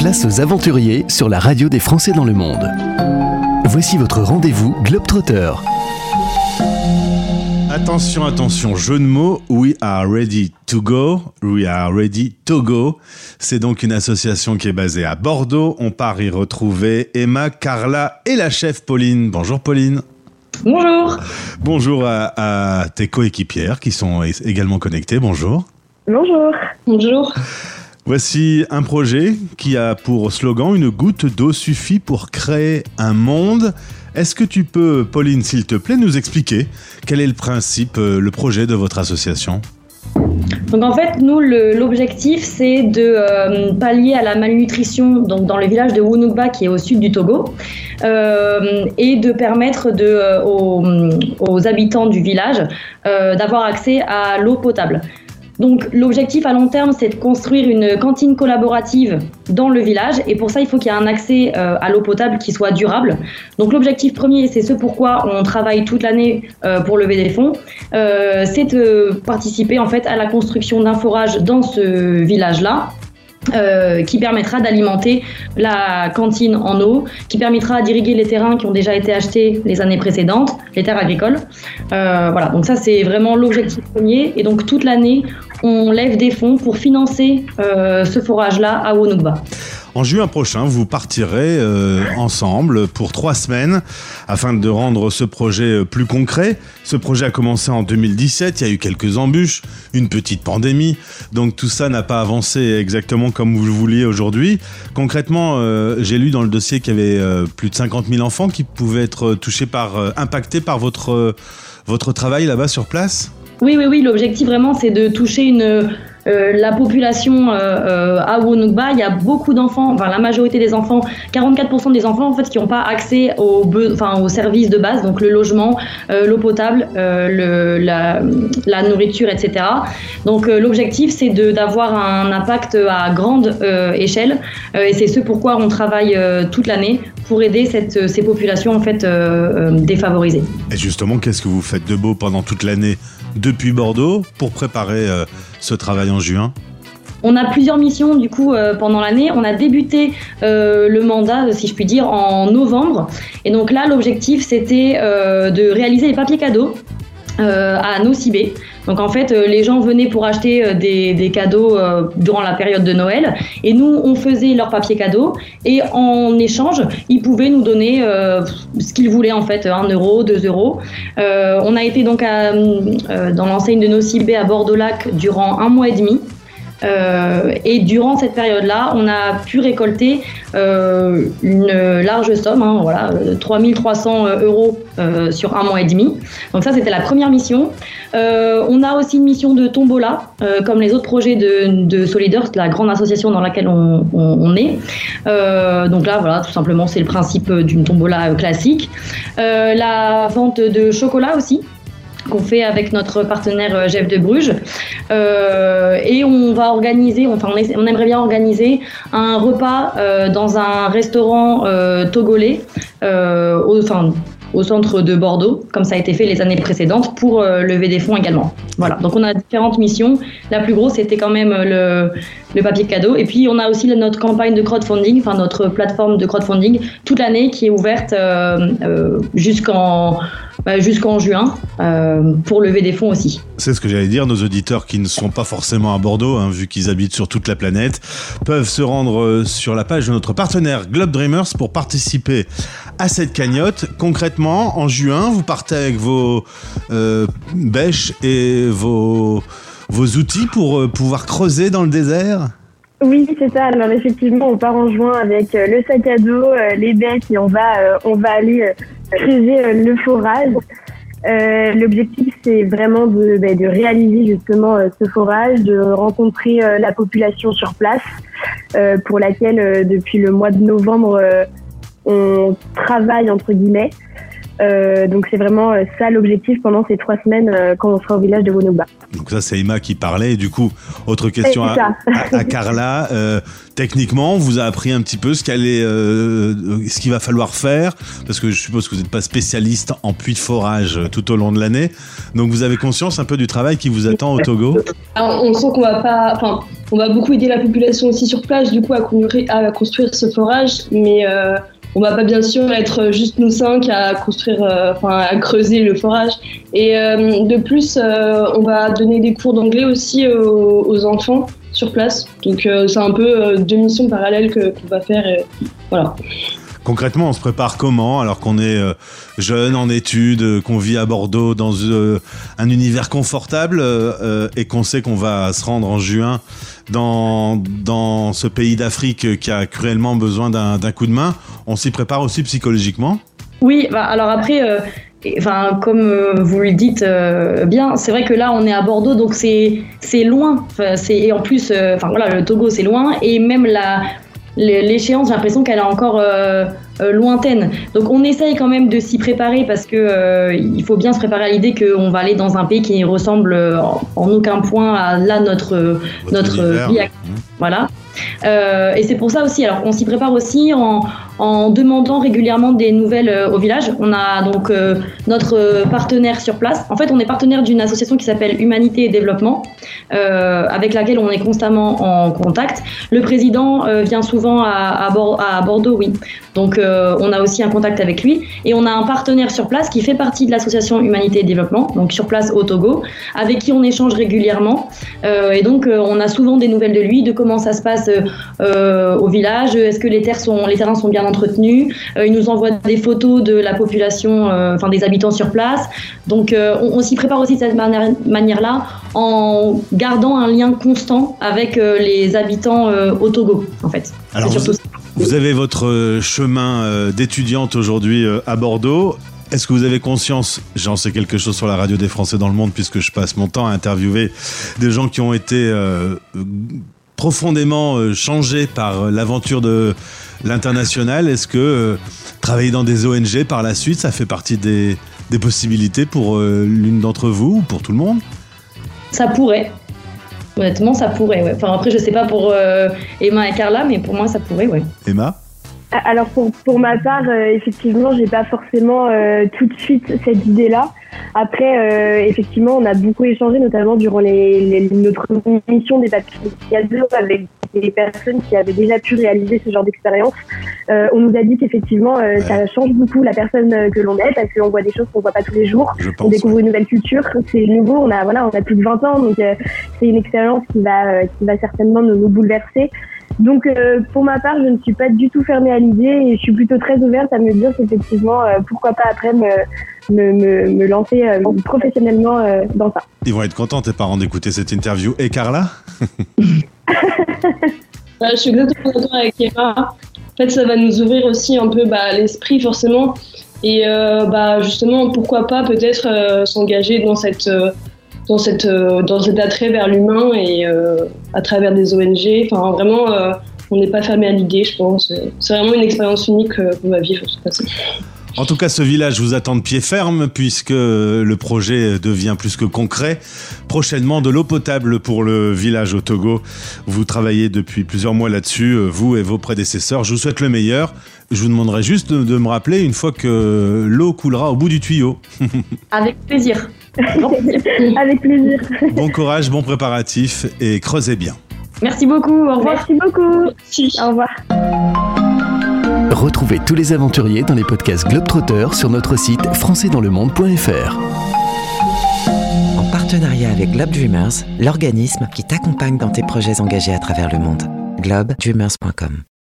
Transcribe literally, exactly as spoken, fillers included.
Place aux aventuriers sur la radio des Français dans le monde. Voici votre rendez-vous Globetrotter. Attention, attention, jeu de mots, we are ready to go, we are ready to go. C'est donc une association qui est basée à Bordeaux. On part y retrouver Emma, Carla et la chef Pauline. Bonjour Pauline. Bonjour. Bonjour à, à tes coéquipières qui sont également connectées. Bonjour. Bonjour. Bonjour. Voici un projet qui a pour slogan « Une goutte d'eau suffit pour créer un monde ». Est-ce que tu peux, Pauline, s'il te plaît, nous expliquer quel est le principe, le projet de votre association ? Donc en fait, nous, le, l'objectif, c'est de euh, pallier à la malnutrition donc dans le village de Wunugba, qui est au sud du Togo, euh, et de permettre de, euh, aux, aux habitants du village euh, d'avoir accès à l'eau potable. Donc l'objectif à long terme, c'est de construire une cantine collaborative dans le village, et pour ça il faut qu'il y ait un accès euh, à l'eau potable qui soit durable. Donc l'objectif premier, c'est ce pourquoi on travaille toute l'année euh, pour lever des fonds, euh, c'est de participer en fait à la construction d'un forage dans ce village-là. Euh, qui permettra d'alimenter la cantine en eau, qui permettra d'irriguer les terrains qui ont déjà été achetés les années précédentes, les terres agricoles. Euh, voilà, donc ça c'est vraiment l'objectif premier. Et donc toute l'année, on lève des fonds pour financer euh, ce forage-là à Wunugba. En juin prochain, vous partirez euh, ensemble pour trois semaines afin de rendre ce projet plus concret. Ce projet a commencé en deux mille dix-sept, il y a eu quelques embûches, une petite pandémie, donc tout ça n'a pas avancé exactement comme vous le vouliez aujourd'hui. Concrètement, euh, j'ai lu dans le dossier qu'il y avait euh, plus de cinquante mille enfants qui pouvaient être touchés par, euh, impactés par votre, euh, votre travail là-bas sur place ? Oui, oui, oui, l'objectif vraiment c'est de toucher une... Euh, la population euh, euh, à Wunugba, il y a beaucoup d'enfants, enfin la majorité des enfants, quarante-quatre pour cent des enfants en fait qui n'ont pas accès aux, be- enfin, aux services de base, donc le logement, euh, l'eau potable, euh, le, la, la nourriture, et cetera. Donc euh, l'objectif c'est de, d'avoir un impact à grande euh, échelle, euh, et c'est ce pourquoi on travaille euh, toute l'année pour aider cette, ces populations en fait euh, euh, défavorisées. Et justement, qu'est-ce que vous faites de beau pendant toute l'année depuis Bordeaux pour préparer euh, ce travail en juin ? On a plusieurs missions du coup euh, pendant l'année. On a débuté euh, le mandat, si je puis dire, en novembre. Et donc là, l'objectif, c'était euh, de réaliser les papiers cadeaux euh, à Nosibé. Donc en fait, euh, les gens venaient pour acheter euh, des, des cadeaux euh, durant la période de Noël, et nous, on faisait leurs papiers cadeaux, et en échange, ils pouvaient nous donner euh, ce qu'ils voulaient en fait, un euro, deux euros. Euh, on a été donc à, euh, dans l'enseigne de Nosibé à Bordeaux-Lac durant un mois et demi. Euh, et durant cette période-là, on a pu récolter euh, une large somme, hein, voilà, trois mille trois cents euros euh, sur un mois et demi. Donc ça, c'était la première mission. Euh, on a aussi une mission de tombola, euh, comme les autres projets de, de Soliders, la grande association dans laquelle on, on, on est. Euh, donc là, voilà, tout simplement, c'est le principe d'une tombola classique. Euh, la vente de chocolat aussi, qu'on fait avec notre partenaire Jeff de Bruges, euh, et on va organiser, enfin on, est, on aimerait bien organiser un repas euh, dans un restaurant euh, togolais, euh, au, enfin, au centre de Bordeaux, comme ça a été fait les années précédentes, pour euh, lever des fonds également. Voilà, donc on a différentes missions. La plus grosse, c'était quand même le, le papier cadeau. Et puis on a aussi notre campagne de crowdfunding, enfin notre plateforme de crowdfunding, toute l'année, qui est ouverte euh, euh, jusqu'en... jusqu'en juin, euh, pour lever des fonds aussi. C'est ce que j'allais dire, nos auditeurs qui ne sont pas forcément à Bordeaux, hein, vu qu'ils habitent sur toute la planète, peuvent se rendre sur la page de notre partenaire Globe Dreamers pour participer à cette cagnotte. Concrètement, en juin, vous partez avec vos euh, bêches et vos, vos outils pour euh, pouvoir creuser dans le désert ? Oui, c'est ça. Alors effectivement, on part en juin avec euh, le sac à dos, euh, les bêches, et on va, euh, on va aller euh, creuser euh, le forage. Euh, l'objectif, c'est vraiment de, bah, de réaliser justement euh, ce forage, de rencontrer euh, la population sur place, euh, pour laquelle euh, depuis le mois de novembre, euh, on travaille entre guillemets. Euh, donc c'est vraiment euh, ça l'objectif pendant ces trois semaines euh, quand on sera au village de Wonoba. Donc ça c'est Emma qui parlait. Et du coup, autre question à, à, à Carla. Euh, techniquement, on vous a appris un petit peu ce, qu'allait, euh, ce qu'il va falloir faire, parce que je suppose que vous n'êtes pas spécialiste en puits de forage tout au long de l'année. Donc vous avez conscience un peu du travail qui vous attend au Togo? Alors, on sent qu'on va pas, enfin, on va beaucoup aider la population aussi sur place, du coup, à construire, à construire ce forage, mais euh, on va pas bien sûr être juste nous cinq à construire, euh, enfin, à creuser le forage. Et euh, de plus, euh, on va donner des cours d'anglais aussi aux, aux enfants sur place. Donc euh, c'est un peu euh, deux missions parallèles que, qu'on va faire. Et, voilà. Concrètement, on se prépare comment alors qu'on est euh, jeune, en études, euh, qu'on vit à Bordeaux dans euh, un univers confortable euh, et qu'on sait qu'on va se rendre en juin dans, dans ce pays d'Afrique qui a cruellement besoin d'un, d'un coup de main. On s'y prépare aussi psychologiquement? Oui, bah, alors après... Euh... Enfin, comme euh, vous le dites euh, bien, c'est vrai que là on est à Bordeaux, donc c'est c'est loin. Enfin, c'est et en plus, euh, enfin voilà, le Togo c'est loin et même la l'échéance, j'ai l'impression qu'elle est encore euh, euh, lointaine. Donc on essaye quand même de s'y préparer parce que euh, il faut bien se préparer à l'idée qu'on va aller dans un pays qui ressemble en, en aucun point à là notre notre vie. Voilà. Euh, et c'est pour ça aussi, alors on s'y prépare aussi en, en demandant régulièrement des nouvelles euh, au village. On a donc euh, notre partenaire sur place. En fait, on est partenaire d'une association qui s'appelle Humanité et Développement, euh, avec laquelle on est constamment en contact. Le président euh, vient souvent à, à, Bor- à Bordeaux, oui. Donc euh, on a aussi un contact avec lui. Et on a un partenaire sur place qui fait partie de l'association Humanité et Développement, donc sur place au Togo, avec qui on échange régulièrement. Euh, et donc euh, on a souvent des nouvelles de lui, de comment ça se passe Euh, au village, est-ce que les, terres sont, les terrains sont bien entretenus, euh, il nous envoie des photos de la population, euh, enfin des habitants sur place, donc euh, on, on s'y prépare aussi de cette manière, manière-là en gardant un lien constant avec euh, les habitants euh, au Togo en fait. Alors c'est vous, surtout ça. Vous avez votre chemin euh, d'étudiante aujourd'hui euh, à Bordeaux. Est-ce que vous avez conscience, j'en sais quelque chose sur la radio des Français dans le monde puisque je passe mon temps à interviewer des gens qui ont été euh, profondément euh, changé par l'aventure de l'international. Est-ce que euh, travailler dans des O N G par la suite, ça fait partie des, des possibilités pour euh, l'une d'entre vous ou pour tout le monde? Ça pourrait. Honnêtement, ça pourrait. Ouais. Enfin, après, je sais pas pour euh, Emma et Carla, mais pour moi, ça pourrait, ouais. Emma? Alors pour, pour ma part, euh, effectivement, j'ai pas forcément euh, tout de suite cette idée-là. Après, euh, effectivement, on a beaucoup échangé, notamment durant les, les, notre mission des papiers cadeaux avec des personnes qui avaient déjà pu réaliser ce genre d'expérience. Euh, on nous a dit qu'effectivement, euh, ouais. ça change beaucoup la personne que l'on est parce qu'on voit des choses qu'on voit pas tous les jours. Je pense, on découvre ouais. une nouvelle culture. C'est nouveau. On a voilà, on a plus de vingt ans, donc euh, c'est une expérience qui va euh, qui va certainement nous, nous bouleverser. Donc euh, pour ma part, je ne suis pas du tout fermée à l'idée et je suis plutôt très ouverte à me dire qu'effectivement, euh, pourquoi pas après me, me, me, me lancer euh, professionnellement euh, dans ça. Ils vont être contents tes parents d'écouter cette interview. Et Carla? bah, Je suis exactement d'accord avec Emma. En fait, ça va nous ouvrir aussi un peu bah, l'esprit forcément. Et euh, bah, justement, pourquoi pas peut-être euh, s'engager dans cette... Euh, Dans, cette, euh, dans cet attrait vers l'humain et euh, à travers des O N G. Enfin, vraiment, euh, on n'est pas fermé à l'idée, je pense. C'est vraiment une expérience unique euh, qu'on va vivre de toute façon. En tout cas, ce village vous attend de pied ferme puisque le projet devient plus que concret. Prochainement, de l'eau potable pour le village au Togo. Vous travaillez depuis plusieurs mois là-dessus, vous et vos prédécesseurs. Je vous souhaite le meilleur. Je vous demanderai juste de, de me rappeler une fois que l'eau coulera au bout du tuyau. Avec plaisir. Avec plaisir. Bon courage, bon préparatif et creusez bien. Merci beaucoup, au revoir. Merci beaucoup. Merci. Au revoir. Retrouvez tous les aventuriers dans les podcasts Globetrotter sur notre site français dans le monde point f r. En partenariat avec Globe Dreamers, l'organisme qui t'accompagne dans tes projets engagés à travers le monde. globe dreamers point com